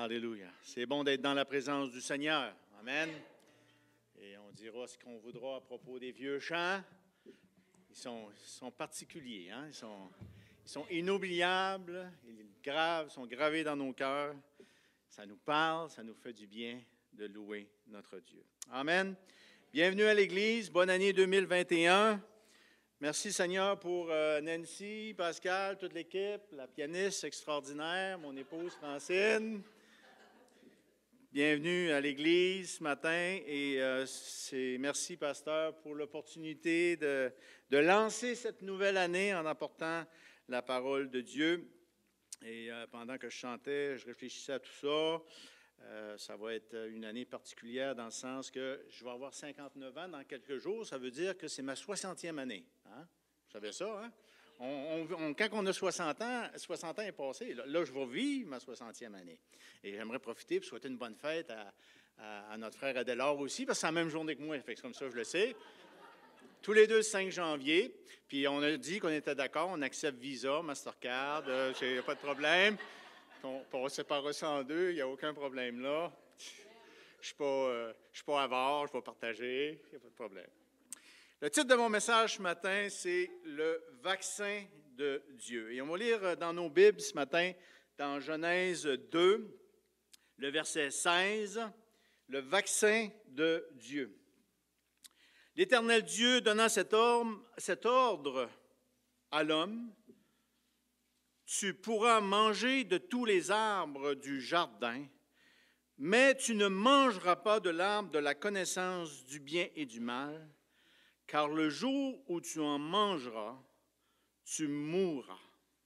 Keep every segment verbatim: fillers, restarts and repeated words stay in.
Alléluia. C'est bon d'être dans la présence du Seigneur. Amen. Et on dira ce qu'on voudra à propos des vieux chants. Ils sont, ils sont particuliers, hein? Ils sont, ils sont inoubliables, ils gravent, sont gravés dans nos cœurs. Ça nous parle, ça nous fait du bien de louer notre Dieu. Amen. Bienvenue à l'Église. Bonne année deux mille vingt et un. Merci Seigneur pour euh, Nancy, Pascal, toute l'équipe, la pianiste extraordinaire, mon épouse Francine. Bienvenue à l'Église ce matin et euh, c'est, merci Pasteur pour l'opportunité de, de lancer cette nouvelle année en apportant la parole de Dieu. Et euh, pendant que je chantais, je réfléchissais à tout ça. Euh, ça va être une année particulière dans le sens que je vais avoir cinquante-neuf ans dans quelques jours. Ça veut dire que c'est ma soixantième année. Hein? Vous savez ça, hein? On, on, on, quand on a soixante ans, soixante ans est passé. Là, là, je vais vivre ma soixantième année. Et j'aimerais profiter pour souhaiter une bonne fête à, à, à notre frère Adélard aussi, parce que c'est la même journée que moi. Fait que comme ça, je le sais. Tous les deux, le cinq janvier. Puis on a dit qu'on était d'accord, on accepte Visa, Mastercard, il euh, n'y a pas de problème. On, on sépare ça en deux, il n'y a aucun problème là. Je ne suis pas, euh, je suis pas avare, je vais partager, il n'y a pas de problème. Le titre de mon message ce matin, c'est « Le vaccin de Dieu ». Et on va lire dans nos Bibles ce matin, dans Genèse deux, le verset seize, « Le vaccin de Dieu ». L'Éternel Dieu donna cet ordre, cet ordre à l'homme, « Tu pourras manger de tous les arbres du jardin, mais tu ne mangeras pas de l'arbre de la connaissance du bien et du mal, car le jour où tu en mangeras, tu mourras. »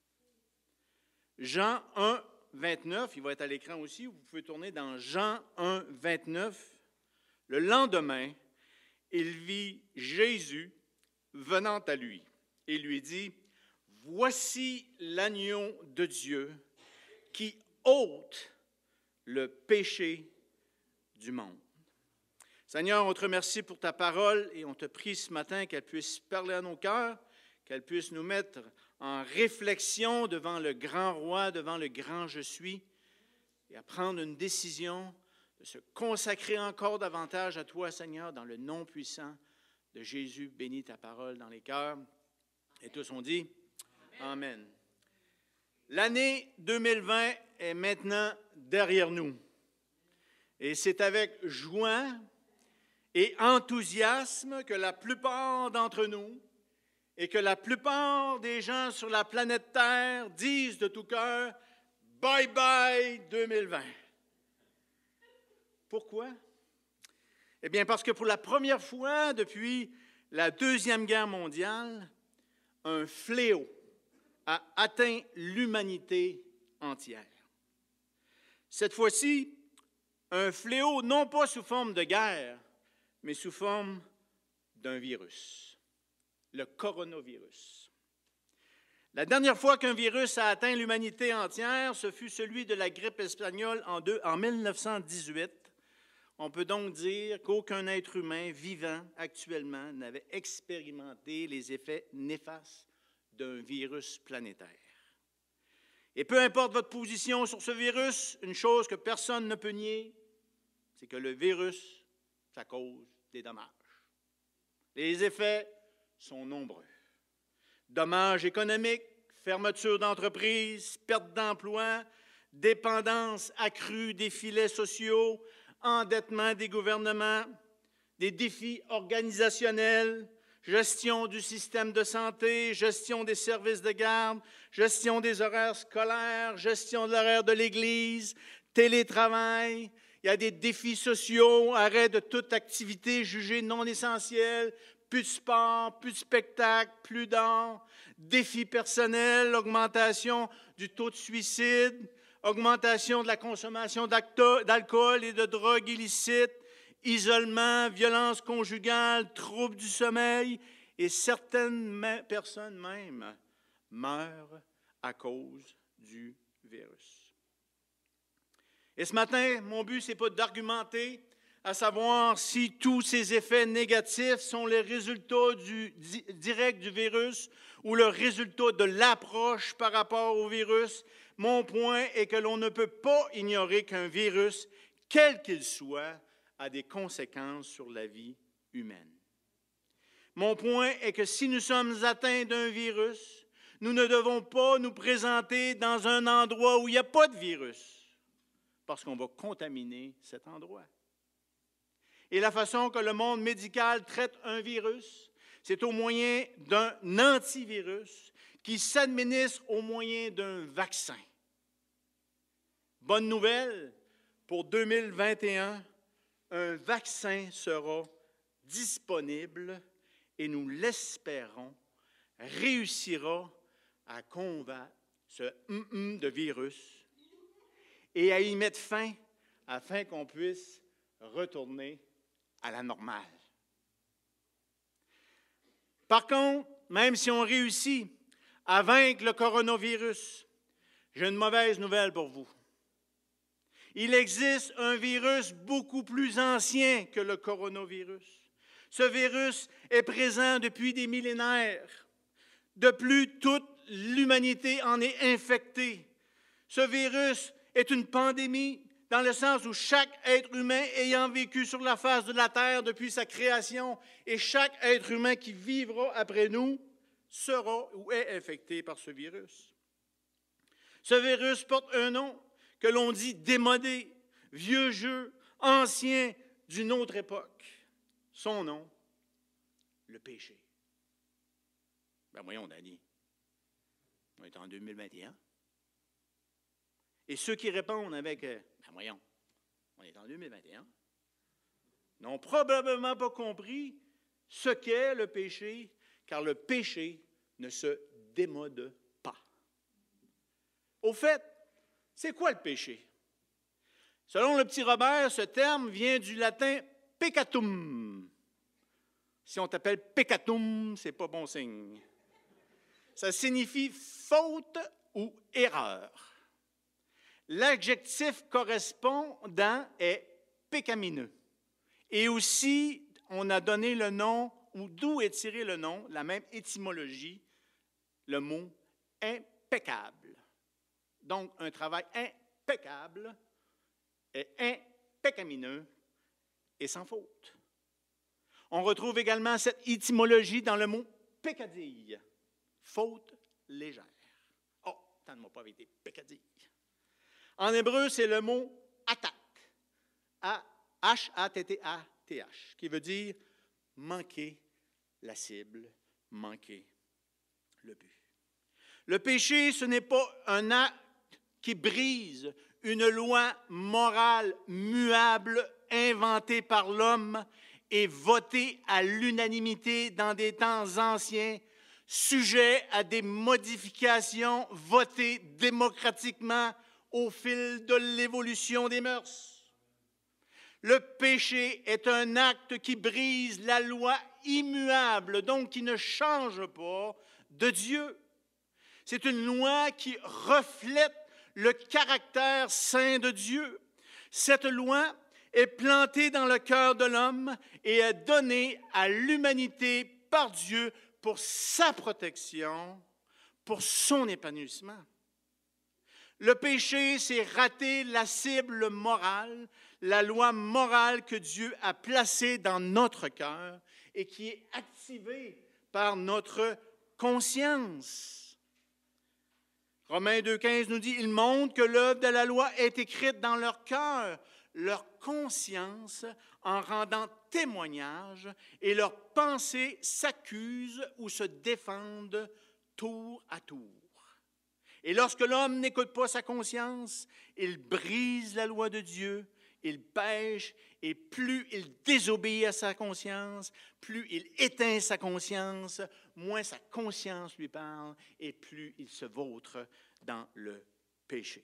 Jean un, vingt-neuf, il va être à l'écran aussi, vous pouvez tourner dans Jean un, vingt-neuf. Le lendemain, il vit Jésus venant à lui et lui dit, « Voici l'agneau de Dieu qui ôte le péché du monde. » Seigneur, on te remercie pour ta parole et on te prie ce matin qu'elle puisse parler à nos cœurs, qu'elle puisse nous mettre en réflexion devant le grand roi, devant le grand je suis, et à prendre une décision de se consacrer encore davantage à toi, Seigneur, dans le nom puissant de Jésus. Bénis ta parole dans les cœurs. Et tous on dit Amen. Amen. L'année deux mille vingt est maintenant derrière nous. Et c'est avec joie et enthousiasme que la plupart d'entre nous et que la plupart des gens sur la planète Terre disent de tout cœur « Bye bye deux mille vingt ». Pourquoi? Eh bien, parce que pour la première fois depuis la Deuxième Guerre mondiale, un fléau a atteint l'humanité entière. Cette fois-ci, un fléau non pas sous forme de guerre, mais sous forme d'un virus, le coronavirus. La dernière fois qu'un virus a atteint l'humanité entière, ce fut celui de la grippe espagnole en, deux, en mille neuf cent dix-huit. On peut donc dire qu'aucun être humain vivant actuellement n'avait expérimenté les effets néfastes d'un virus planétaire. Et peu importe votre position sur ce virus, une chose que personne ne peut nier, c'est que le virus, ça cause des dommages. Les effets sont nombreux. Dommages économiques, fermeture d'entreprises, perte d'emplois, dépendance accrue des filets sociaux, endettement des gouvernements, des défis organisationnels, gestion du système de santé, gestion des services de garde, gestion des horaires scolaires, gestion de l'horaire de l'Église, télétravail. Il y a des défis sociaux, arrêt de toute activité jugée non essentielle, plus de sport, plus de spectacle, plus d'art, défis personnels, augmentation du taux de suicide, augmentation de la consommation d'alcool et de drogues illicites, isolement, violence conjugale, troubles du sommeil, et certaines personnes même meurent à cause du virus. Et ce matin, mon but, ce n'est pas d'argumenter à savoir si tous ces effets négatifs sont les résultats du, direct du virus ou le résultat de l'approche par rapport au virus, Mon point est que l'on ne peut pas ignorer qu'un virus, quel qu'il soit, a des conséquences sur la vie humaine. Mon point est que si nous sommes atteints d'un virus, nous ne devons pas nous présenter dans un endroit où il n'y a pas de virus, parce qu'on va contaminer cet endroit. Et la façon que le monde médical traite un virus, c'est au moyen d'un antivirus qui s'administre au moyen d'un vaccin. Bonne nouvelle, pour deux mille vingt et un, un vaccin sera disponible et nous l'espérons, réussira à combattre ce hum-hum de virus et à y mettre fin afin qu'on puisse retourner à la normale. Par contre, même si on réussit à vaincre le coronavirus, j'ai une mauvaise nouvelle pour vous. Il existe un virus beaucoup plus ancien que le coronavirus. Ce virus est présent depuis des millénaires. De plus, toute l'humanité en est infectée. Ce virus est une pandémie dans le sens où chaque être humain ayant vécu sur la face de la terre depuis sa création et chaque être humain qui vivra après nous sera ou est infecté par ce virus. Ce virus porte un nom que l'on dit démodé, vieux jeu, ancien, d'une autre époque. Son nom, le péché. Ben voyons, Danny, on est en deux mille vingt et un. Et ceux qui répondent avec euh, « Ben voyons, on est en deux mille vingt et un », n'ont probablement pas compris ce qu'est le péché, car le péché ne se démode pas. Au fait, c'est quoi le péché? Selon le petit Robert, ce terme vient du latin « peccatum ». Si on t'appelle « peccatum », ce n'est pas bon signe. Ça signifie « faute » ou « erreur ». L'adjectif correspondant est « pécamineux ». Et aussi, on a donné le nom, ou d'où est tiré le nom, la même étymologie, le mot « impeccable ». Donc, un travail impeccable est impécamineux et sans faute. On retrouve également cette étymologie dans le mot « peccadille », faute légère. Oh, tant de mots pas avec des peccadilles. En hébreu, c'est le mot « attaque », H A T T A T H, qui veut dire « manquer la cible, manquer le but ». Le péché, ce n'est pas un acte qui brise une loi morale muable inventée par l'homme et votée à l'unanimité dans des temps anciens, sujet à des modifications votées démocratiquement au fil de l'évolution des mœurs. Le péché est un acte qui brise la loi immuable, donc qui ne change pas, de Dieu. C'est une loi qui reflète le caractère saint de Dieu. Cette loi est plantée dans le cœur de l'homme et est donnée à l'humanité par Dieu pour sa protection, pour son épanouissement. Le péché, c'est rater la cible morale, la loi morale que Dieu a placée dans notre cœur et qui est activée par notre conscience. Romains deux quinze nous dit, il montre que l'œuvre de la loi est écrite dans leur cœur, leur conscience en rendant témoignage et leurs pensées s'accusent ou se défendent tour à tour. Et lorsque l'homme n'écoute pas sa conscience, il brise la loi de Dieu, il pêche, et plus il désobéit à sa conscience, plus il éteint sa conscience, moins sa conscience lui parle, et plus il se vautre dans le péché.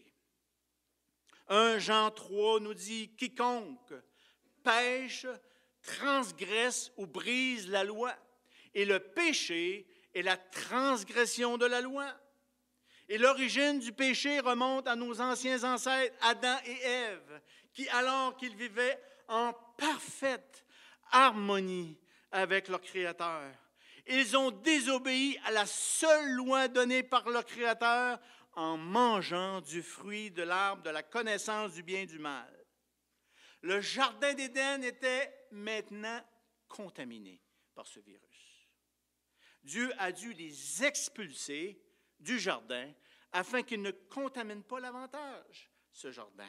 un Jean trois nous dit, « Quiconque pêche, transgresse ou brise la loi, et le péché est la transgression de la loi. » Et l'origine du péché remonte à nos anciens ancêtres, Adam et Ève, qui, alors qu'ils vivaient en parfaite harmonie avec leur Créateur, ils ont désobéi à la seule loi donnée par leur Créateur en mangeant du fruit de l'arbre de la connaissance du bien et du mal. Le jardin d'Éden était maintenant contaminé par ce virus. Dieu a dû les expulser du jardin afin qu'ils ne contaminent pas davantage ce jardin.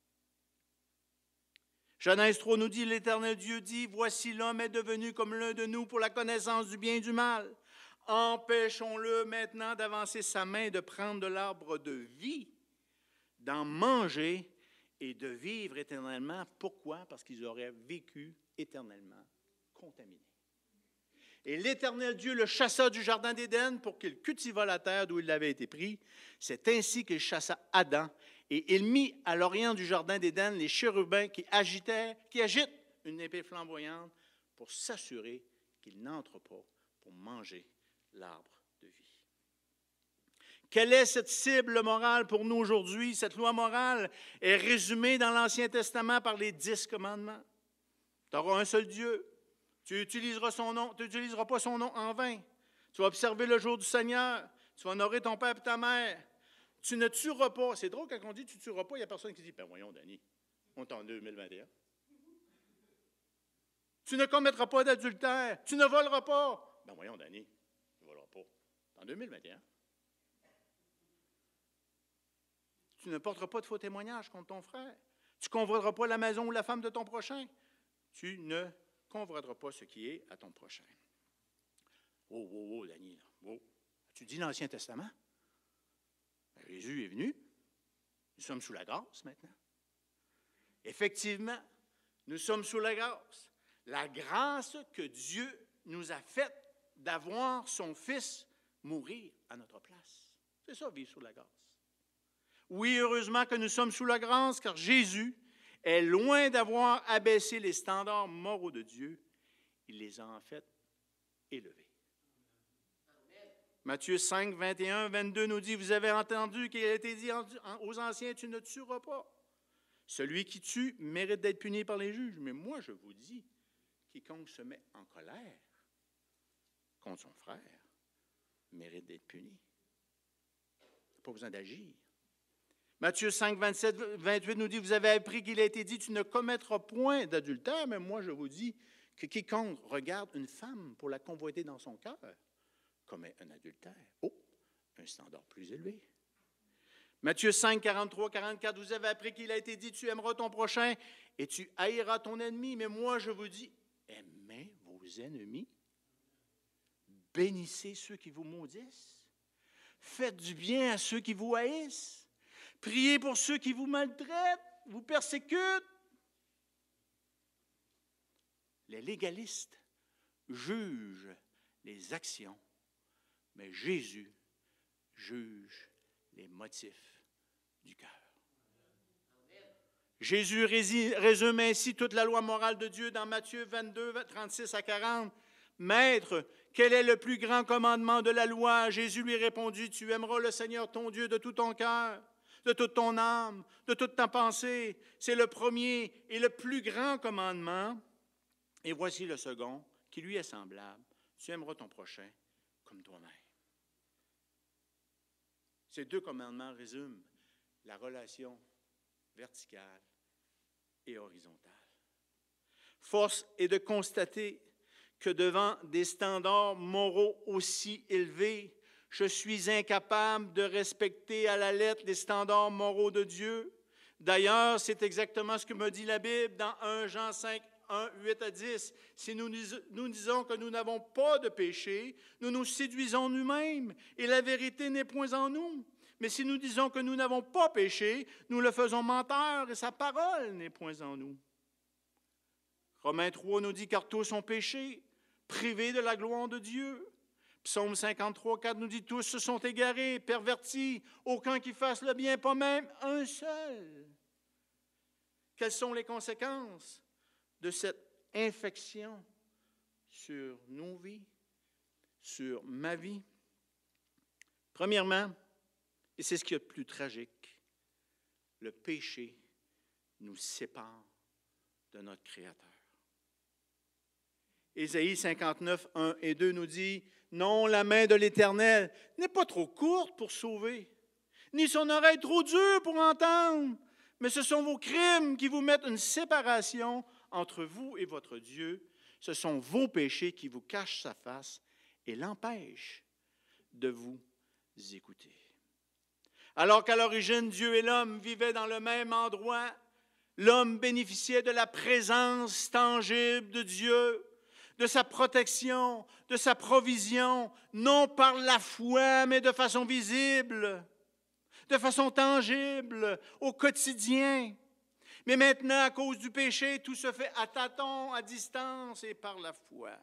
Genèse trois nous dit, l'Éternel Dieu dit, « Voici l'homme est devenu comme l'un de nous pour la connaissance du bien et du mal. Empêchons-le maintenant d'avancer sa main, de prendre de l'arbre de vie, d'en manger et de vivre éternellement. » Pourquoi? Parce qu'ils auraient vécu éternellement contaminés. Et l'Éternel Dieu le chassa du jardin d'Éden pour qu'il cultivât la terre d'où il avait été pris. C'est ainsi qu'il chassa Adam. Et il mit à l'orient du jardin d'Éden les chérubins qui agitaient, qui agitent une épée flamboyante pour s'assurer qu'ils n'entrent pas pour manger l'arbre de vie. Quelle est cette cible morale pour nous aujourd'hui? Cette loi morale est résumée dans l'Ancien Testament par les dix commandements. Tu auras un seul Dieu. Tu utiliseras son nom, tu n'utiliseras pas son nom en vain. Tu vas observer le jour du Seigneur. Tu vas honorer ton père et ta mère. Tu ne tueras pas. C'est drôle quand on dit tu ne tueras pas, il n'y a personne qui dit, ben voyons, Danny, on est en deux mille vingt et un. Tu ne commettras pas d'adultère. Tu ne voleras pas. Ben voyons, Danny, tu ne voleras pas. En deux mille vingt et un. Tu ne porteras pas de faux témoignages contre ton frère. Tu ne convoiteras pas la maison ou la femme de ton prochain. Tu ne convoiteras pas ce qui est à ton prochain. Oh, oh, oh, Danny, là. Oh. Tu dis l'Ancien Testament? Ben, Jésus est venu. Nous sommes sous la grâce maintenant. Effectivement, nous sommes sous la grâce. La grâce que Dieu nous a faite d'avoir son Fils mourir à notre place. C'est ça, vivre sous la grâce. Oui, heureusement que nous sommes sous la grâce, car Jésus est loin d'avoir abaissé les standards moraux de Dieu. Il les a en fait élevés. Amen. Matthieu cinq, vingt et un, vingt-deux nous dit, « Vous avez entendu qu'il a été dit aux anciens, tu ne tueras pas. Celui qui tue mérite d'être puni par les juges. Mais moi, je vous dis, quiconque se met en colère contre son frère mérite d'être puni. Pas besoin d'agir. » Matthieu cinq, vingt-sept, vingt-huit nous dit, « Vous avez appris qu'il a été dit, tu ne commettras point d'adultère, mais moi je vous dis que quiconque regarde une femme pour la convoiter dans son cœur commet un adultère. » Oh, un standard plus élevé. Matthieu cinq, quarante-trois, quarante-quatre, « Vous avez appris qu'il a été dit, tu aimeras ton prochain et tu haïras ton ennemi, mais moi je vous dis, aimez vos ennemis, bénissez ceux qui vous maudissent, faites du bien à ceux qui vous haïssent. Priez pour ceux qui vous maltraitent, vous persécutent. » Les légalistes jugent les actions, mais Jésus juge les motifs du cœur. Jésus résume ainsi toute la loi morale de Dieu dans Matthieu vingt-deux, trente-six à quarante. « Maître, quel est le plus grand commandement de la loi? » Jésus lui répondit, « Tu aimeras le Seigneur ton Dieu de tout ton cœur, de toute ton âme, de toute ta pensée. C'est le premier et le plus grand commandement. Et voici le second, qui lui est semblable. Tu aimeras ton prochain comme toi-même. » Ces deux commandements résument la relation verticale et horizontale. Force est de constater que devant des standards moraux aussi élevés, je suis incapable de respecter à la lettre les standards moraux de Dieu. D'ailleurs, c'est exactement ce que me dit la Bible dans un Jean cinq, un, huit à dix. Si nous, nous disons que nous n'avons pas de péché, nous nous séduisons nous-mêmes et la vérité n'est point en nous. Mais si nous disons que nous n'avons pas péché, nous le faisons menteur et sa parole n'est point en nous. Romains trois nous dit, car tous ont péché, privés de la gloire de Dieu. Psaume cinquante-trois, quatre nous dit, tous se sont égarés, pervertis, aucun qui fasse le bien, pas même un seul. Quelles sont les conséquences de cette infection sur nos vies, sur ma vie? Premièrement, et c'est ce qui est le plus tragique, le péché nous sépare de notre Créateur. Ésaïe cinquante-neuf, un et deux nous dit, « Non, la main de l'Éternel n'est pas trop courte pour sauver, ni son oreille trop dure pour entendre, mais ce sont vos crimes qui vous mettent une séparation entre vous et votre Dieu. Ce sont vos péchés qui vous cachent sa face et l'empêchent de vous écouter. Alors qu'à l'origine, Dieu et l'homme vivaient dans le même endroit, l'homme bénéficiait de la présence tangible de Dieu, de sa protection, de sa provision, non par la foi, mais de façon visible, de façon tangible, au quotidien. Mais maintenant, à cause du péché, tout se fait à tâtons, à distance et par la foi.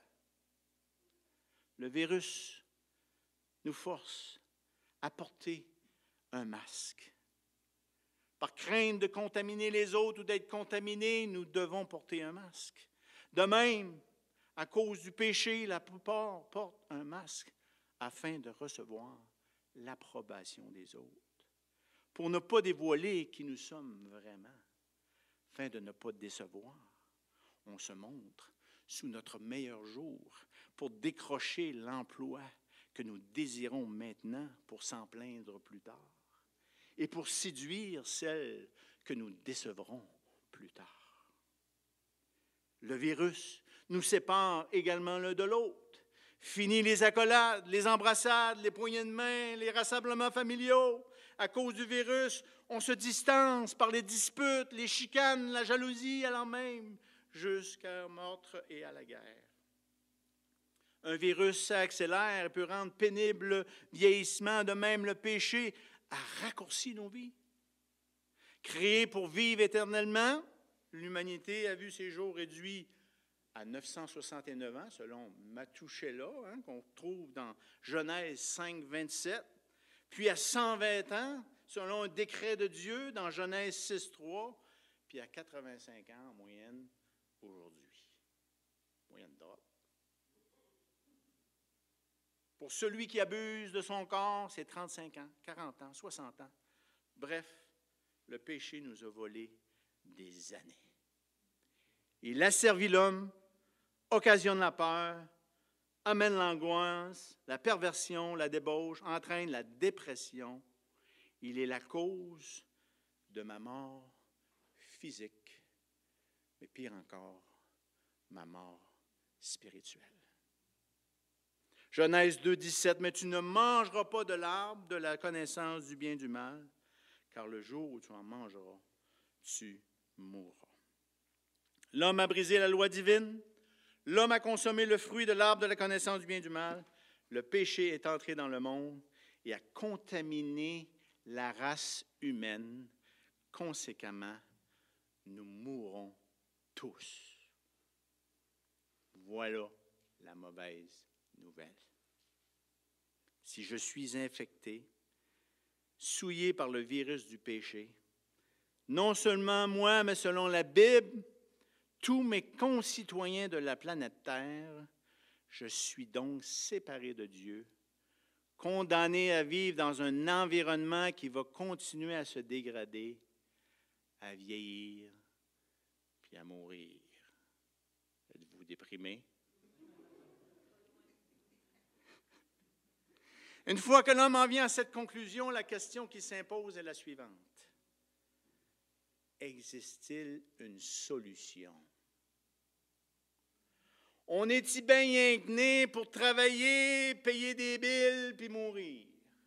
Le virus nous force à porter un masque. Par crainte de contaminer les autres ou d'être contaminés, nous devons porter un masque. De même, à cause du péché, la plupart portent un masque afin de recevoir l'approbation des autres, pour ne pas dévoiler qui nous sommes vraiment, afin de ne pas décevoir. On se montre sous notre meilleur jour pour décrocher l'emploi que nous désirons maintenant pour s'en plaindre plus tard, et pour séduire celles que nous décevrons plus tard. Le virus nous sépare également l'un de l'autre. Fini les accolades, les embrassades, les poignées de main, les rassemblements familiaux. À cause du virus, on se distance par les disputes, les chicanes, la jalousie, allant même jusqu'à meurtre et à la guerre. Un virus, ça accélère et peut rendre pénible le vieillissement, de même le péché a raccourci nos vies. Créée pour vivre éternellement, l'humanité a vu ses jours réduits à neuf cent soixante-neuf ans, selon Matouchela, hein, qu'on trouve dans Genèse cinq, vingt-sept, puis à cent vingt ans, selon un décret de Dieu, dans Genèse six, trois, puis à quatre-vingt-cinq ans en moyenne aujourd'hui. Moyenne drop. Pour celui qui abuse de son corps, c'est trente-cinq ans, quarante ans, soixante ans. Bref, le péché nous a volé des années. Il asservit l'homme, occasionne la peur, amène l'angoisse, la perversion, la débauche, entraîne la dépression. Il est la cause de ma mort physique, mais pire encore, ma mort spirituelle. Genèse deux, dix-sept, « Mais tu ne mangeras pas de l'arbre de la connaissance du bien et du mal, car le jour où tu en mangeras, tu mourras. » L'homme a brisé la loi divine, l'homme a consommé le fruit de l'arbre de la connaissance du bien et du mal, le péché est entré dans le monde et a contaminé la race humaine. Conséquemment, nous mourrons tous. Voilà la mauvaise nouvelle. Si je suis infecté, souillé par le virus du péché, non seulement moi, mais selon la Bible, tous mes concitoyens de la planète Terre, je suis donc séparé de Dieu, condamné à vivre dans un environnement qui va continuer à se dégrader, à vieillir, puis à mourir. Êtes-vous déprimé? Une fois que l'homme en vient à cette conclusion, la question qui s'impose est la suivante. Existe-t-il une solution? On est-y bien né pour travailler, payer des billes, puis mourir?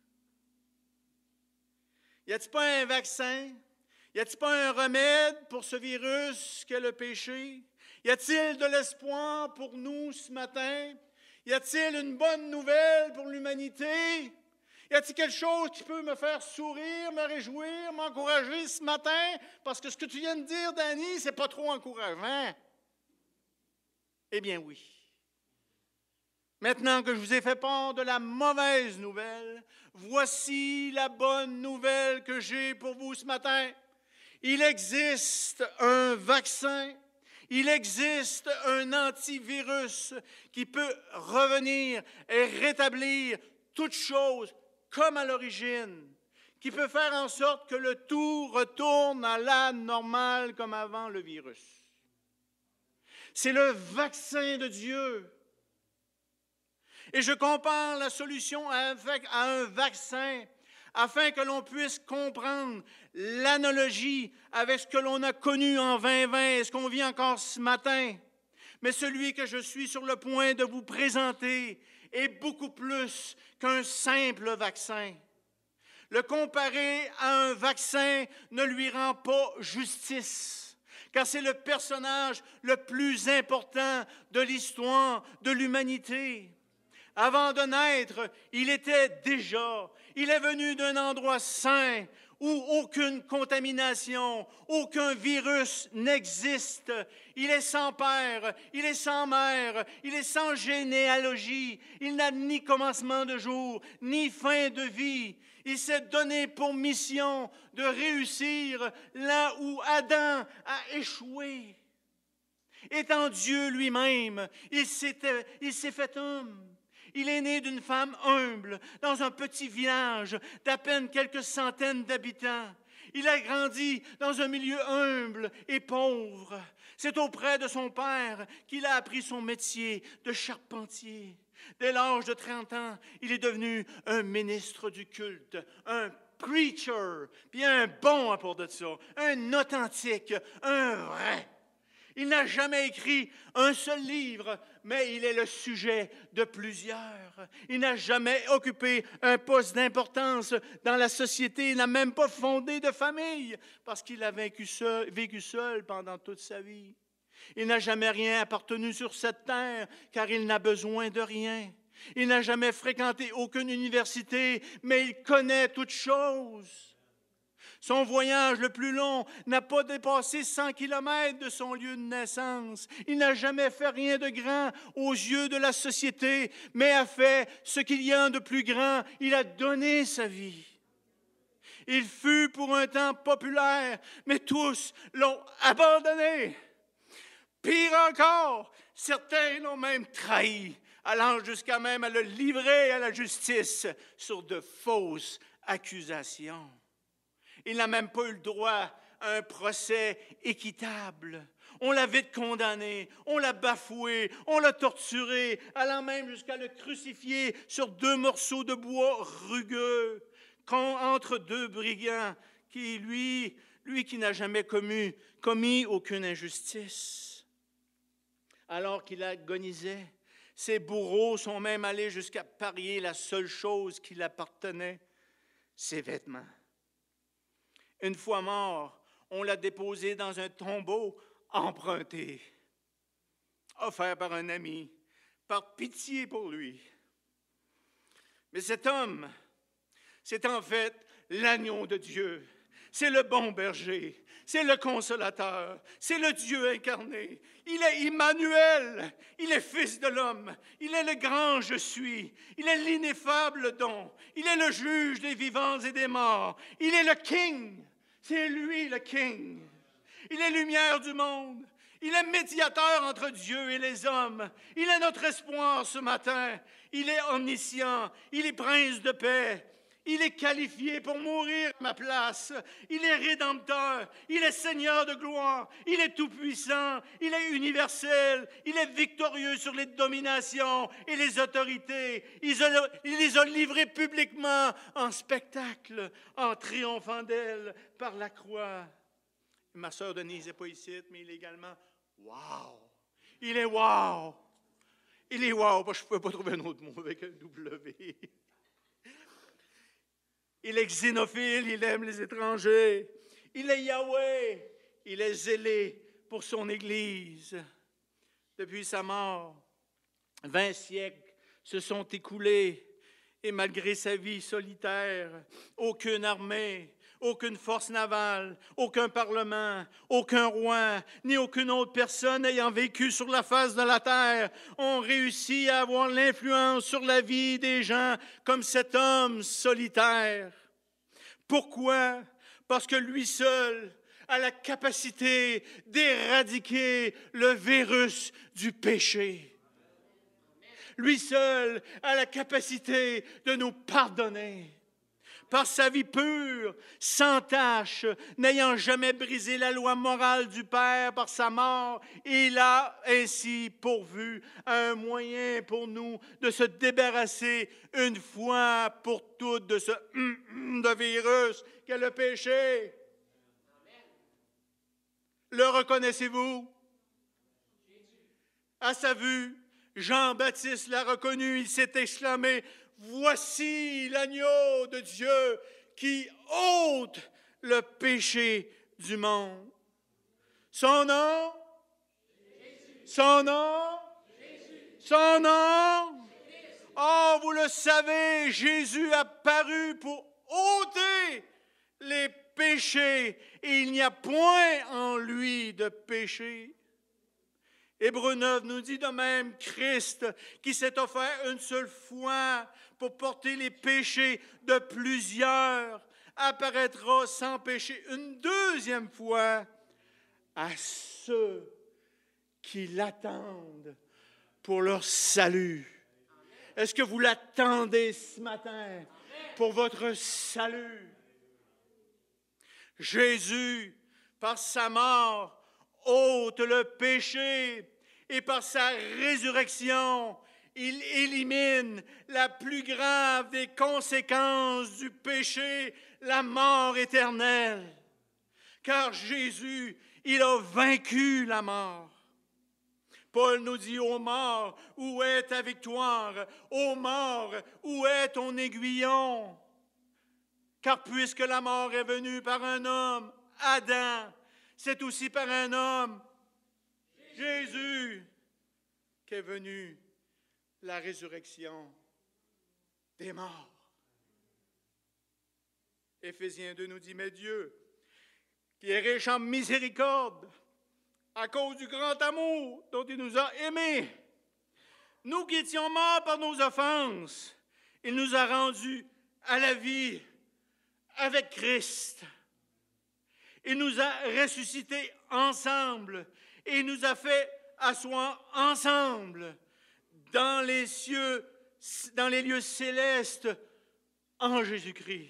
Y a-t-il pas un vaccin? Y a-t-il pas un remède pour ce virus qu'est le péché? Y a-t-il de l'espoir pour nous ce matin? Y a-t-il une bonne nouvelle pour l'humanité? Y a-t-il quelque chose qui peut me faire sourire, me réjouir, m'encourager ce matin? Parce que ce que tu viens de dire, Danny, c'est pas trop encourageant. Eh bien oui. Maintenant que je vous ai fait part de la mauvaise nouvelle, voici la bonne nouvelle que j'ai pour vous ce matin. Il existe un vaccin. Il existe un antivirus qui peut revenir et rétablir toute chose comme à l'origine, qui peut faire en sorte que le tout retourne à la normale comme avant le virus. C'est le vaccin de Dieu. Et je compare la solution à un vaccin afin que l'on puisse comprendre l'analogie avec ce que l'on a connu en vingt vingt et ce qu'on vit encore ce matin. Mais celui que je suis sur le point de vous présenter est beaucoup plus qu'un simple vaccin. Le comparer à un vaccin ne lui rend pas justice, car c'est le personnage le plus important de l'histoire de l'humanité. Avant de naître, il était déjà, il est venu d'un endroit saint où aucune contamination, aucun virus n'existe. Il est sans père, il est sans mère, il est sans généalogie. Il n'a ni commencement de jour, ni fin de vie. Il s'est donné pour mission de réussir là où Adam a échoué. Étant Dieu lui-même, il s'était, il s'est fait homme. Il est né d'une femme humble, dans un petit village d'à peine quelques centaines d'habitants. Il a grandi dans un milieu humble et pauvre. C'est auprès de son père qu'il a appris son métier de charpentier. Dès l'âge de trente ans, il est devenu un ministre du culte, un preacher, puis un bon à part de ça, un authentique, un vrai. Il n'a jamais écrit un seul livre, mais il est le sujet de plusieurs. Il n'a jamais occupé un poste d'importance dans la société. Il n'a même pas fondé de famille parce qu'il a vécu seul, vécu seul pendant toute sa vie. Il n'a jamais rien appartenu sur cette terre car il n'a besoin de rien. Il n'a jamais fréquenté aucune université, mais il connaît toutes choses. Son voyage le plus long n'a pas dépassé cent kilomètres de son lieu de naissance. Il n'a jamais fait rien de grand aux yeux de la société, mais a fait ce qu'il y a de plus grand. Il a donné sa vie. Il fut pour un temps populaire, mais tous l'ont abandonné. Pire encore, certains l'ont même trahi, allant jusqu'à même à le livrer à la justice sur de fausses accusations. Il n'a même pas eu le droit à un procès équitable. On l'a vite condamné, on l'a bafoué, on l'a torturé, allant même jusqu'à le crucifier sur deux morceaux de bois rugueux, entre deux brigands, qui, lui, lui qui n'a jamais commis, commis aucune injustice. Alors qu'il agonisait, ses bourreaux sont même allés jusqu'à parier la seule chose qui l'appartenait, ses vêtements. Une fois mort, on l'a déposé dans un tombeau emprunté, offert par un ami, par pitié pour lui. Mais cet homme, c'est en fait l'agneau de Dieu. C'est le bon berger, c'est le consolateur, c'est le Dieu incarné. Il est Immanuel, il est fils de l'homme, il est le grand je suis, il est l'ineffable don, il est le juge des vivants et des morts, il est le King. C'est lui le King. Il est lumière du monde. Il est médiateur entre Dieu et les hommes. Il est notre espoir ce matin. Il est omniscient. Il est prince de paix. Il est qualifié pour mourir à ma place. Il est rédempteur. Il est Seigneur de gloire. Il est tout-puissant. Il est universel. Il est victorieux sur les dominations et les autorités. Il les a livrées publiquement en spectacle, en triomphant d'elles par la croix. Ma sœur Denise n'est pas ici, mais il est également wow. Il est wow. Il est wow. Je ne peux pas trouver un autre mot avec un W. Il est xénophile, il aime les étrangers. Il est Yahweh, il est zélé pour son Église. Depuis sa mort, vingt siècles se sont écoulés et malgré sa vie solitaire, aucune armée, aucune force navale, aucun parlement, aucun roi, ni aucune autre personne ayant vécu sur la face de la terre ont réussi à avoir l'influence sur la vie des gens comme cet homme solitaire. Pourquoi? Parce que lui seul a la capacité d'éradiquer le virus du péché. Lui seul a la capacité de nous pardonner. par sa vie pure, sans tache, n'ayant jamais brisé la loi morale du Père par sa mort, il a ainsi pourvu un moyen pour nous de se débarrasser une fois pour toutes de ce de virus qu'est le péché. Le reconnaissez-vous? À sa vue, Jean-Baptiste l'a reconnu, il s'est exclamé, « Voici l'agneau de Dieu qui ôte le péché du monde. » Son nom? Jésus. Son nom? Jésus. Son nom? Jésus. Oh, vous le savez, Jésus a paru pour ôter les péchés et il n'y a point en lui de péché. Hébreux neuf nous dit de même, Christ, qui s'est offert une seule fois pour porter les péchés de plusieurs, apparaîtra sans péché une deuxième fois à ceux qui l'attendent pour leur salut. Est-ce que vous l'attendez ce matin pour votre salut? Jésus, par sa mort, ôte le péché et par sa résurrection, il élimine la plus grave des conséquences du péché, la mort éternelle. Car Jésus, il a vaincu la mort. Paul nous dit, ô mort, où est ta victoire? Ô mort, où est ton aiguillon? Car puisque la mort est venue par un homme, Adam, c'est aussi par un homme, Jésus, Jésus qu'est venue la résurrection des morts. Éphésiens deux nous dit, mais Dieu, qui est riche en miséricorde, à cause du grand amour dont il nous a aimés, nous qui étions morts par nos offenses, il nous a rendus à la vie avec Christ. Il nous a ressuscités ensemble et il nous a fait asseoir ensemble dans les cieux, dans les lieux célestes en Jésus-Christ.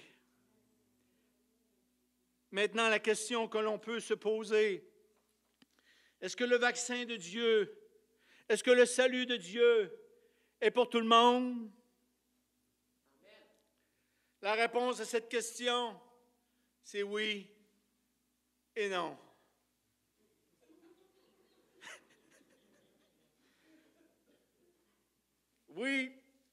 Maintenant, la question que l'on peut se poser, est-ce que le vaccin de Dieu, est-ce que le salut de Dieu est pour tout le monde? La réponse à cette question, c'est oui et non. Oui,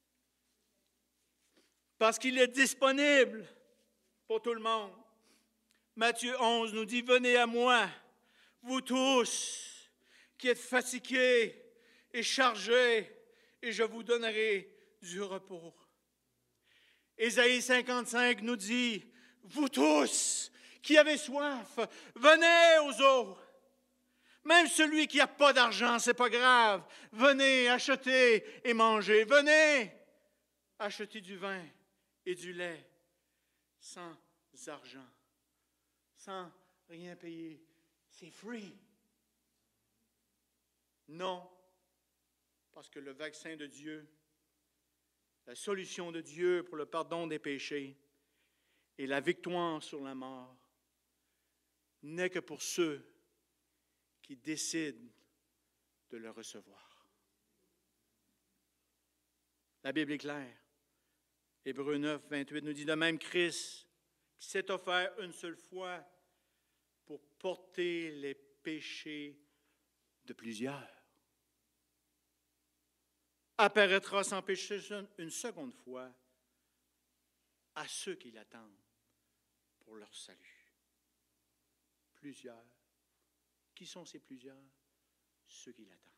parce qu'il est disponible pour tout le monde. Matthieu onze nous dit, « Venez à moi, vous tous qui êtes fatigués et chargés, et je vous donnerai du repos. » Ésaïe cinquante-cinq nous dit, « Vous tous qui avez soif, venez aux eaux. Même celui qui n'a pas d'argent, ce n'est pas grave. Venez acheter et manger. Venez acheter du vin et du lait sans argent, sans rien payer. C'est free. » Non, parce que le vaccin de Dieu, la solution de Dieu pour le pardon des péchés et la victoire sur la mort n'est que pour ceux qui décident de le recevoir. La Bible est claire. Hébreux neuf, vingt-huit nous dit de même Christ qui s'est offert une seule fois pour porter les péchés de plusieurs, apparaîtra sans péché une seconde fois à ceux qui l'attendent pour leur salut. Plusieurs. Qui sont ces plusieurs? Ceux qui l'attendent.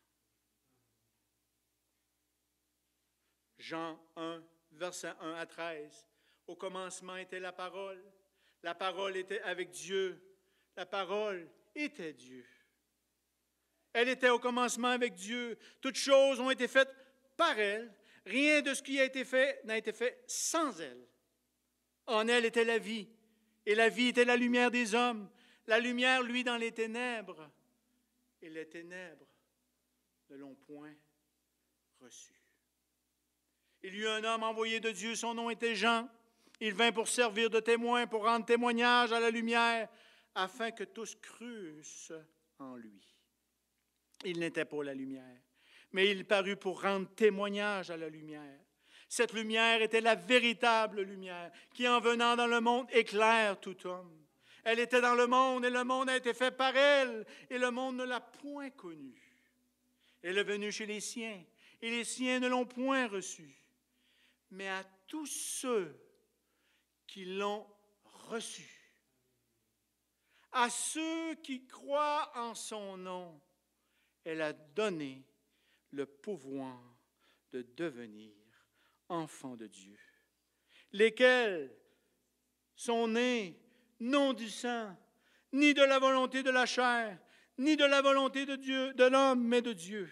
Jean un, versets un à treize. Au commencement était la parole. La parole était avec Dieu. La parole était Dieu. Elle était au commencement avec Dieu. Toutes choses ont été faites par elle. Rien de ce qui a été fait n'a été fait sans elle. En elle était la vie, et la vie était la lumière des hommes. La lumière, lui, dans les ténèbres, et les ténèbres ne l'ont point reçu. Il y eut un homme envoyé de Dieu, son nom était Jean. Il vint pour servir de témoin, pour rendre témoignage à la lumière, afin que tous crussent en lui. Il n'était pas la lumière, mais il parut pour rendre témoignage à la lumière. Cette lumière était la véritable lumière, qui en venant dans le monde éclaire tout homme. Elle était dans le monde, et le monde a été fait par elle, et le monde ne l'a point connue. Elle est venue chez les siens, et les siens ne l'ont point reçue. Mais à tous ceux qui l'ont reçue, à ceux qui croient en son nom, elle a donné le pouvoir de devenir enfants de Dieu, lesquels sont nés non du sang, ni de la volonté de la chair, ni de la volonté de Dieu, de l'homme, mais de Dieu.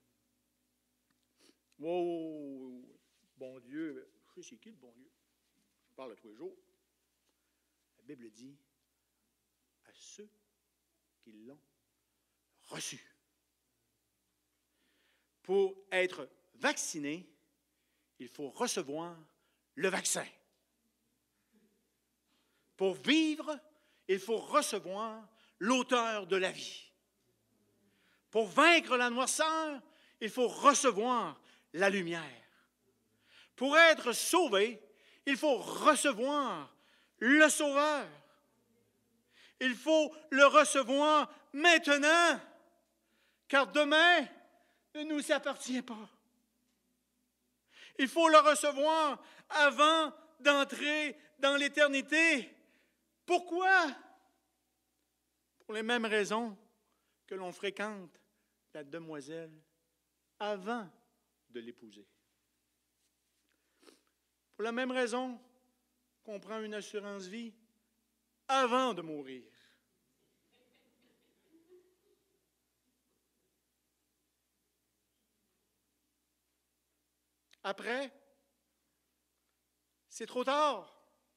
Wow, bon Dieu, je sais c'est qui le bon Dieu? Je parle tous les jours. La Bible dit à ceux qui l'ont reçu. Pour être vacciné, il faut recevoir le vaccin. Pour vivre, il faut recevoir l'auteur de la vie. Pour vaincre la noirceur, il faut recevoir la lumière. Pour être sauvé, il faut recevoir le Sauveur. Il faut le recevoir maintenant, car demain ne nous appartient pas. Il faut le recevoir avant d'entrer dans l'éternité. Pourquoi? Pour les mêmes raisons que l'on fréquente la demoiselle avant de l'épouser. Pour la même raison qu'on prend une assurance vie avant de mourir. Après, c'est trop tard.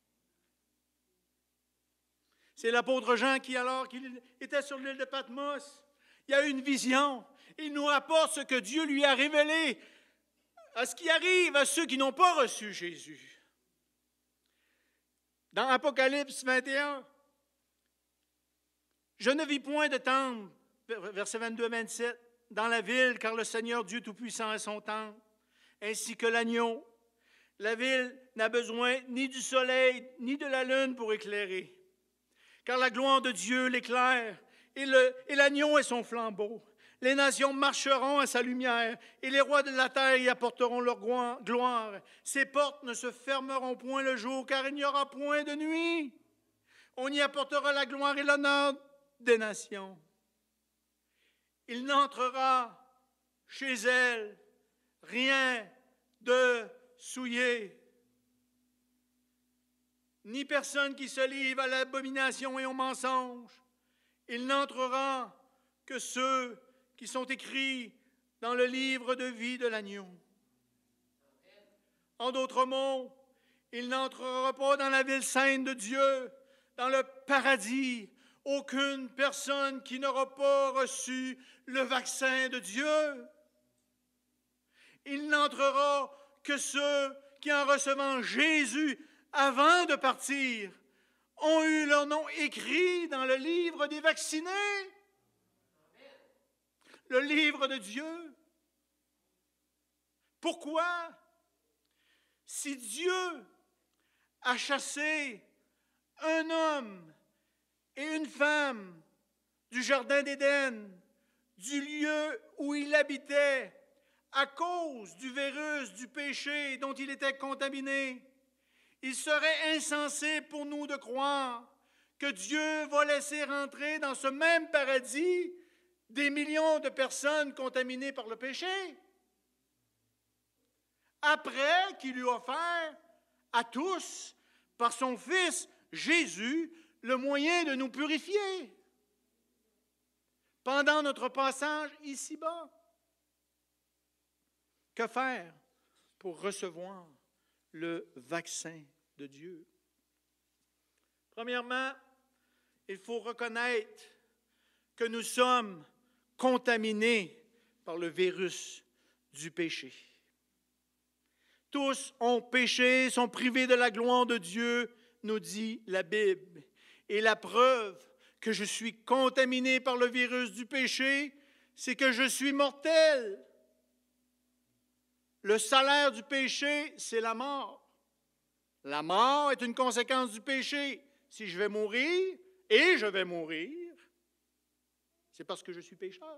C'est l'apôtre Jean qui, alors qu'il était sur l'île de Patmos, il a eu une vision. Il nous rapporte ce que Dieu lui a révélé, à ce qui arrive à ceux qui n'ont pas reçu Jésus. Dans Apocalypse vingt et un, « Je ne vis point de temple, versets vingt-deux à vingt-sept, dans la ville, car le Seigneur Dieu Tout-Puissant est son temple, ainsi que l'agneau. La ville n'a besoin ni du soleil, ni de la lune pour éclairer. Car la gloire de Dieu l'éclaire, et, le, et l'agneau est son flambeau. Les nations marcheront à sa lumière, et les rois de la terre y apporteront leur gloire. Ses portes ne se fermeront point le jour, car il n'y aura point de nuit. On y apportera la gloire et l'honneur des nations. Il n'entrera chez elle rien de souillé, ni personne qui se livre à l'abomination et au mensonge. Il n'entrera que ceux qui sont écrits dans le livre de vie de l'agneau. En d'autres mots, il n'entrera pas dans la ville sainte de Dieu, dans le paradis, aucune personne qui n'aura pas reçu le vaccin de Dieu. Il n'entrera que ceux qui, en recevant Jésus avant de partir, ont eu leur nom écrit dans le livre des vaccinés. Le livre de Dieu. Pourquoi? Si Dieu a chassé un homme et une femme du jardin d'Éden, du lieu où il habitait, à cause du virus du péché dont il était contaminé, il serait insensé pour nous de croire que Dieu va laisser rentrer dans ce même paradis des millions de personnes contaminées par le péché, après qu'il lui a offert à tous, par son Fils Jésus, le moyen de nous purifier pendant notre passage ici-bas. Que faire pour recevoir le vaccin de Dieu? Premièrement, il faut reconnaître que nous sommes contaminés par le virus du péché. Tous ont péché, sont privés de la gloire de Dieu, nous dit la Bible. Et la preuve que je suis contaminé par le virus du péché, c'est que je suis mortel. Le salaire du péché, c'est la mort. La mort est une conséquence du péché. Si je vais mourir, et je vais mourir, c'est parce que je suis pécheur.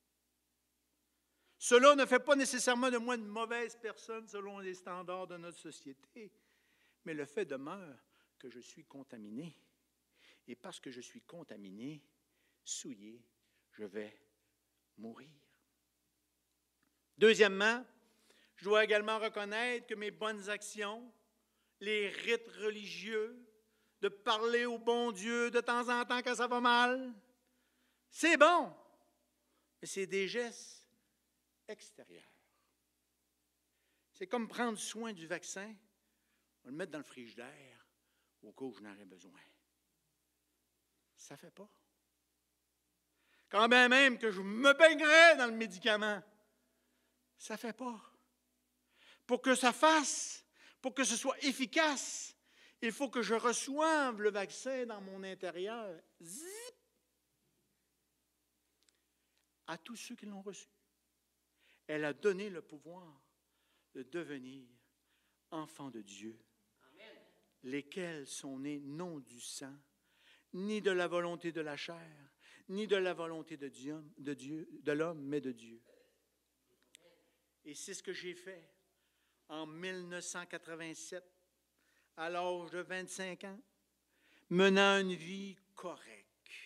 Cela ne fait pas nécessairement de moi une mauvaise personne selon les standards de notre société, mais le fait demeure que je suis contaminé. Et parce que je suis contaminé, souillé, je vais mourir. Deuxièmement, je dois également reconnaître que mes bonnes actions, les rites religieux, de parler au bon Dieu de temps en temps quand ça va mal, c'est bon, mais c'est des gestes extérieurs. C'est comme prendre soin du vaccin, on va le mettre dans le frigidaire au cas où je n'en aurais besoin. Ça ne fait pas. Quand bien même que je me baignerais dans le médicament, ça ne fait pas. Pour que ça fasse, pour que ce soit efficace, il faut que je reçoive le vaccin dans mon intérieur. Zip! À tous ceux qui l'ont reçu, elle a donné le pouvoir de devenir enfants de Dieu, Amen. Lesquels sont nés non du sang, ni de la volonté de la chair, ni de la volonté de Dieu, de Dieu, de l'homme, mais de Dieu. Et c'est ce que j'ai fait en mille neuf cent quatre-vingt-sept, à l'âge de vingt-cinq ans, menant une vie correcte,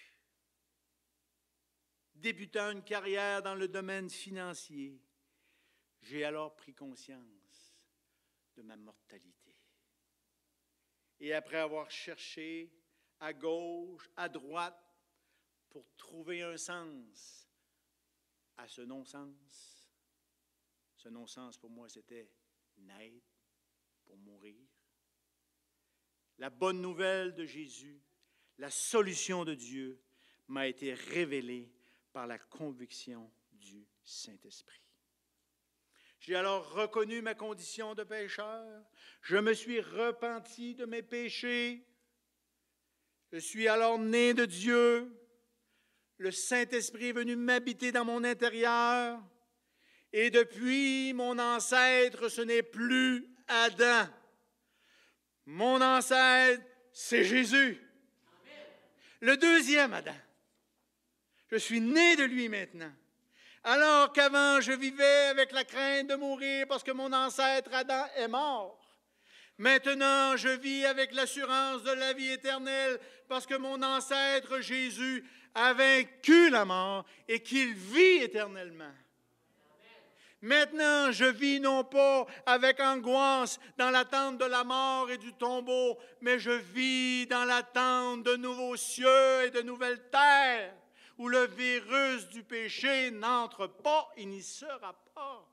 débutant une carrière dans le domaine financier. J'ai alors pris conscience de ma mortalité. Et après avoir cherché à gauche, à droite, pour trouver un sens à ce non-sens, ce non-sens pour moi, c'était naître pour mourir. La bonne nouvelle de Jésus, la solution de Dieu, m'a été révélée par la conviction du Saint-Esprit. J'ai alors reconnu ma condition de pécheur. Je me suis repenti de mes péchés. Je suis alors né de Dieu. Le Saint-Esprit est venu m'habiter dans mon intérieur. Et depuis, mon ancêtre, ce n'est plus Adam. Mon ancêtre, c'est Jésus. Amen. Le deuxième Adam. Je suis né de lui maintenant. Alors qu'avant, je vivais avec la crainte de mourir parce que mon ancêtre Adam est mort. Maintenant, je vis avec l'assurance de la vie éternelle parce que mon ancêtre Jésus a vaincu la mort et qu'il vit éternellement. Maintenant, je vis non pas avec angoisse dans l'attente de la mort et du tombeau, mais je vis dans l'attente de nouveaux cieux et de nouvelles terres, où le virus du péché n'entre pas et n'y sera pas.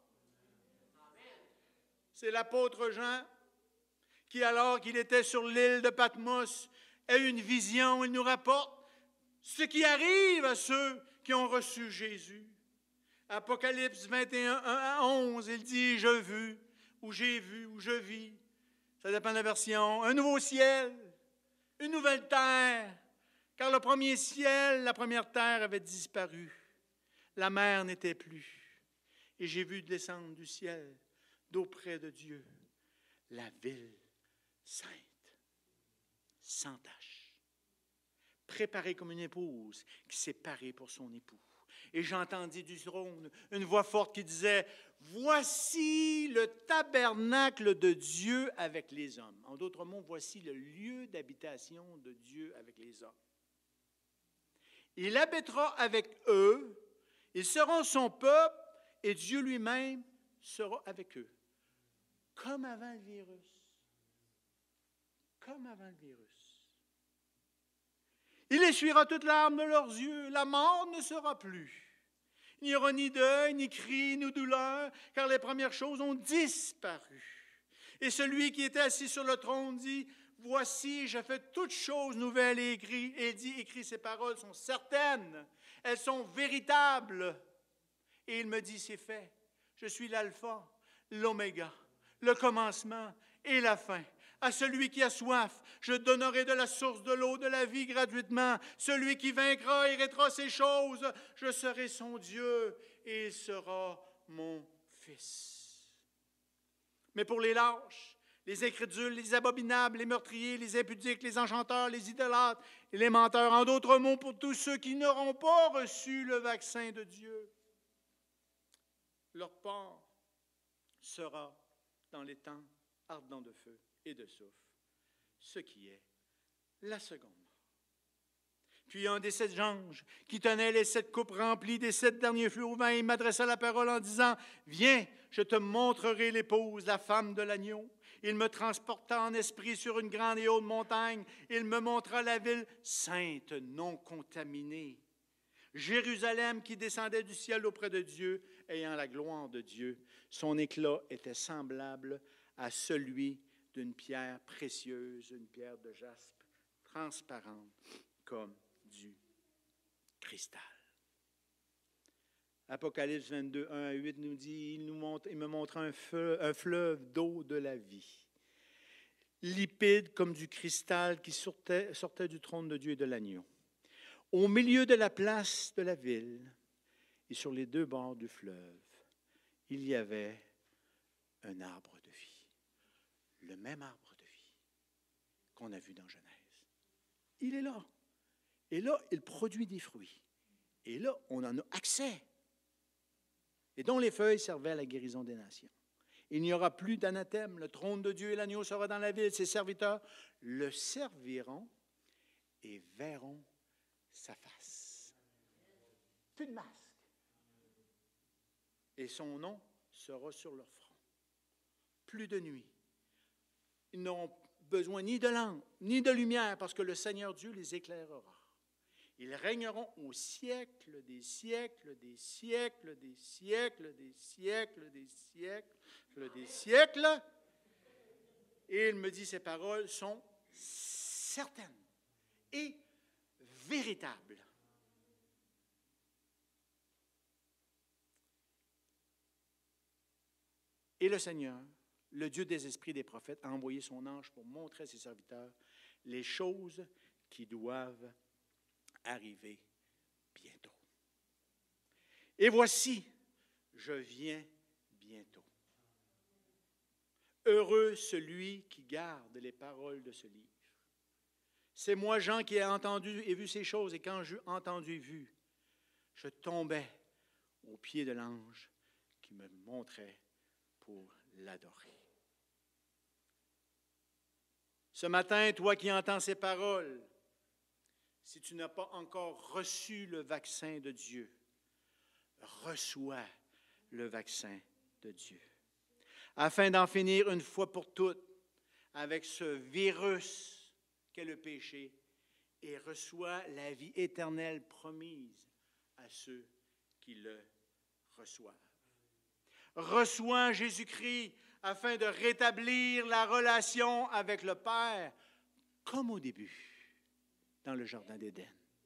C'est l'apôtre Jean qui, alors qu'il était sur l'île de Patmos, a eu une vision. Il nous rapporte ce qui arrive à ceux qui ont reçu Jésus. Apocalypse vingt et un, un à onze, il dit « Je vis » ou « J'ai vu » ou « Je vis ». Ça dépend de la version. Un nouveau ciel, une nouvelle terre, car le premier ciel, la première terre avait disparu. La mer n'était plus. Et j'ai vu descendre du ciel, d'auprès de Dieu, la ville sainte, sans tache, préparée comme une épouse qui s'est parée pour son époux. Et j'entendis du trône une voix forte qui disait « Voici le tabernacle de Dieu avec les hommes. » En d'autres mots, voici le lieu d'habitation de Dieu avec les hommes. Il habitera avec eux, ils seront son peuple, et Dieu lui-même sera avec eux. Comme avant le virus. Comme avant le virus. Il essuiera toute larme de leurs yeux. La mort ne sera plus. Il n'y aura ni deuil, ni cri, ni douleur, car les premières choses ont disparu. Et celui qui était assis sur le trône dit, « Voici, je fais toutes choses nouvelles et écrit. » Et il dit, écrit, ces paroles sont certaines, elles sont véritables. Et il me dit, c'est fait. Je suis l'alpha, l'oméga, le commencement et la fin. À celui qui a soif, je donnerai de la source de l'eau de la vie gratuitement. Celui qui vaincra héritera ces choses. Je serai son Dieu et il sera mon fils. Mais pour les lâches, les incrédules, les abominables, les meurtriers, les impudiques, les enchanteurs, les idolâtres et les menteurs, en d'autres mots, pour tous ceux qui n'auront pas reçu le vaccin de Dieu, leur part sera dans les temps ardents de feu et de soufre, ce qui est la seconde mort. Puis un des sept anges qui tenait les sept coupes remplies des sept derniers flux au vin, il m'adressa la parole en disant, « Viens, je te montrerai l'épouse, la femme de l'agneau. » Il me transporta en esprit sur une grande et haute montagne. Il me montra la ville sainte, non contaminée, Jérusalem qui descendait du ciel auprès de Dieu, ayant la gloire de Dieu. Son éclat était semblable à celui d'une pierre précieuse, une pierre de jaspe, transparente comme du cristal. Apocalypse vingt-deux, un à huit nous dit, il, nous montre, il me montra un, feu, un fleuve d'eau de la vie, limpide comme du cristal qui sortait, sortait du trône de Dieu et de l'agneau. Au milieu de la place de la ville et sur les deux bords du fleuve, il y avait un arbre de vie, le même arbre de vie qu'on a vu dans Genèse. Il est là. Et là, il produit des fruits. Et là, on en a accès. Et dont les feuilles servaient à la guérison des nations. Il n'y aura plus d'anathème. Le trône de Dieu et l'agneau sera dans la ville. Ses serviteurs le serviront et verront sa face. Plus de masque. Et son nom sera sur leur front. Plus de nuit. Ils n'auront besoin ni de lampe, ni de lumière, parce que le Seigneur Dieu les éclairera. Ils régneront au siècle des siècles, des siècles, des siècles, des siècles, des siècles, des siècles. Et il me dit, ces paroles sont certaines et véritables. Et le Seigneur, le Dieu des esprits des prophètes, a envoyé son ange pour montrer à ses serviteurs les choses qui doivent arriver bientôt. Et voici, je viens bientôt. Heureux celui qui garde les paroles de ce livre. C'est moi, Jean, qui ai entendu et vu ces choses, et quand j'ai entendu et vu, je tombais aux pieds de l'ange qui me montrait pour l'adorer. Ce matin, toi qui entends ces paroles, si tu n'as pas encore reçu le vaccin de Dieu, reçois le vaccin de Dieu, afin d'en finir une fois pour toutes avec ce virus qu'est le péché, et reçois la vie éternelle promise à ceux qui le reçoivent. Reçois Jésus-Christ afin de rétablir la relation avec le Père comme au début, dans le jardin d'Éden.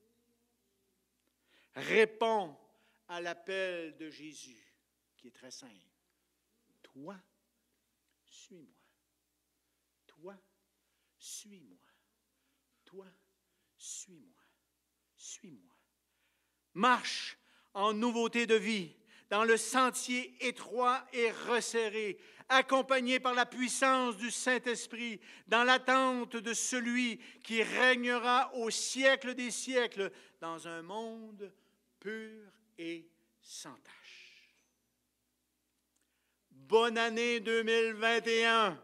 Réponds à l'appel de Jésus, qui est très simple. Toi, suis-moi. Toi, suis-moi. Toi, suis-moi. Suis-moi. Marche en nouveauté de vie, dans le sentier étroit et resserré, accompagné par la puissance du Saint-Esprit, dans l'attente de celui qui régnera au siècle des siècles, dans un monde pur et sans tache. Bonne année deux mille vingt et un.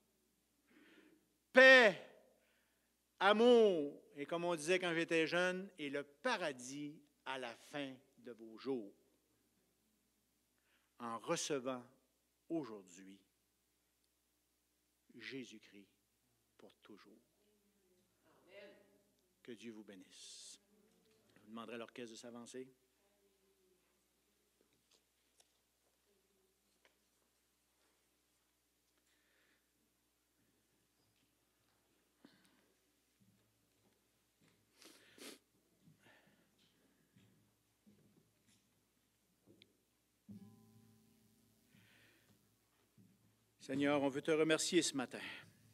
Paix, amour, et comme on disait quand j'étais jeune, et le paradis à la fin de vos jours. En recevant aujourd'hui Jésus-Christ pour toujours. Amen. Que Dieu vous bénisse. Je vous demanderai à l'orchestre de s'avancer. Seigneur, on veut te remercier ce matin.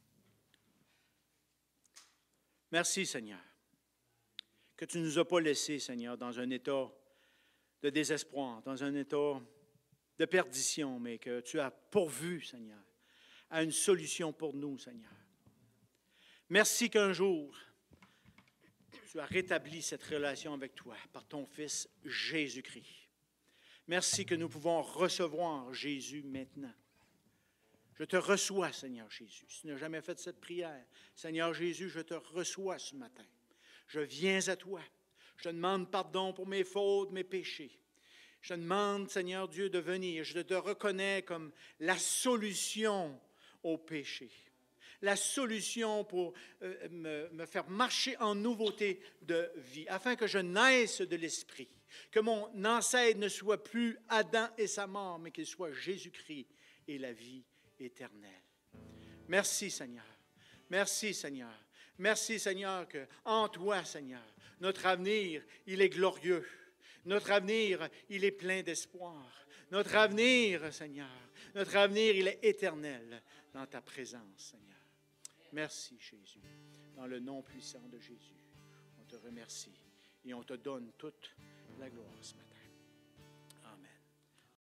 Merci, Seigneur, que tu ne nous as pas laissés, Seigneur, dans un état de désespoir, dans un état de perdition, mais que tu as pourvu, Seigneur, à une solution pour nous, Seigneur. Merci qu'un jour, tu as rétabli cette relation avec toi par ton Fils Jésus-Christ. Merci que nous pouvons recevoir Jésus maintenant. Je te reçois, Seigneur Jésus. Si tu n'as jamais fait cette prière, Seigneur Jésus, je te reçois ce matin. Je viens à toi. Je te demande pardon pour mes fautes, mes péchés. Je te demande, Seigneur Dieu, de venir. Je te reconnais comme la solution au péché. La solution pour euh, me, me faire marcher en nouveauté de vie, afin que je naisse de l'Esprit, que mon ancêtre ne soit plus Adam et sa mort, mais qu'il soit Jésus-Christ et la vie éternelle. Merci, Seigneur. Merci, Seigneur. Merci, Seigneur, qu'en toi, Seigneur, notre avenir, il est glorieux. Notre avenir, il est plein d'espoir. Notre avenir, Seigneur, notre avenir, il est éternel dans ta présence, Seigneur. Merci, Jésus. Dans le nom puissant de Jésus, on te remercie et on te donne toute la gloire ce matin.